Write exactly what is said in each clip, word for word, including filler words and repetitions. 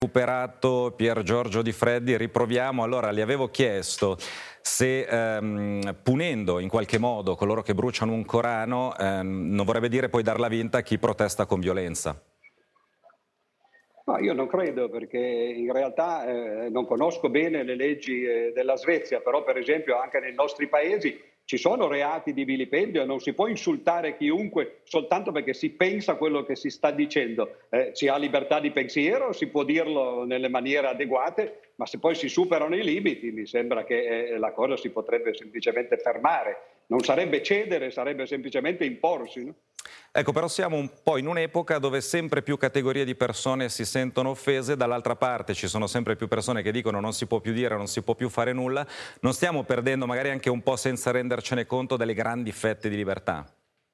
Recuperato Pier Giorgio Di Freddi, riproviamo. Allora, gli avevo chiesto se ehm, punendo in qualche modo coloro che bruciano un Corano ehm, non vorrebbe dire poi darla vinta a chi protesta con violenza. No, io non credo, perché in realtà eh, non conosco bene le leggi eh, della Svezia, però per esempio anche nei nostri paesi ci sono reati di vilipendio, non si può insultare chiunque soltanto perché si pensa quello che si sta dicendo. Eh, si ha libertà di pensiero, si può dirlo nelle maniere adeguate, ma se poi si superano i limiti mi sembra che eh, la cosa si potrebbe semplicemente fermare. Non sarebbe cedere, sarebbe semplicemente imporsi, no? Ecco, però siamo un po' in un'epoca dove sempre più categorie di persone si sentono offese, dall'altra parte ci sono sempre più persone che dicono non si può più dire, non si può più fare nulla. Non stiamo perdendo magari anche un po' senza rendercene conto delle grandi fette di libertà?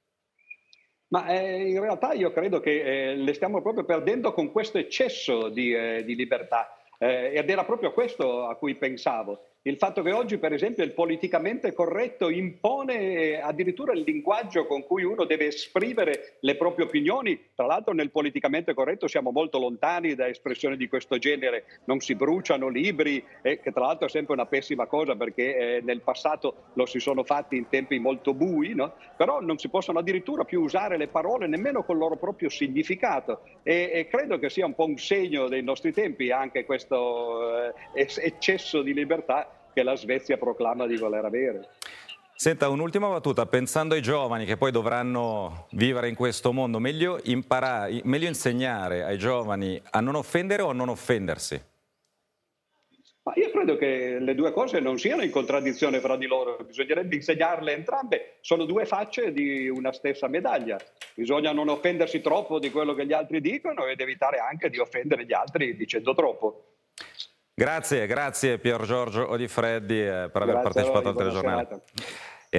Ma eh, in realtà io credo che eh, le stiamo proprio perdendo con questo eccesso di, eh, di libertà. Eh, ed era proprio questo a cui pensavo. Il fatto che oggi, per esempio, il politicamente corretto impone eh, addirittura il linguaggio con cui uno deve esprimere le proprie opinioni. Tra l'altro nel politicamente corretto siamo molto lontani da espressioni di questo genere. Non si bruciano libri, eh, che tra l'altro è sempre una pessima cosa, perché eh, nel passato lo si sono fatti in tempi molto bui, no? Però non si possono addirittura più usare le parole nemmeno col loro proprio significato. E, e credo che sia un po' un segno dei nostri tempi anche questo eh, eccesso di libertà che la Svezia proclama di voler avere. Senta, un'ultima battuta, pensando ai giovani che poi dovranno vivere in questo mondo, meglio, imparare, meglio insegnare ai giovani a non offendere o a non offendersi? Ma io credo che le due cose non siano in contraddizione fra di loro, bisognerebbe insegnarle entrambe, sono due facce di una stessa medaglia. Bisogna non offendersi troppo di quello che gli altri dicono ed evitare anche di offendere gli altri dicendo troppo. Grazie, grazie Pier Giorgio Di Freddi eh, per aver Grazie a partecipato voi, al buona telegiornale. serata.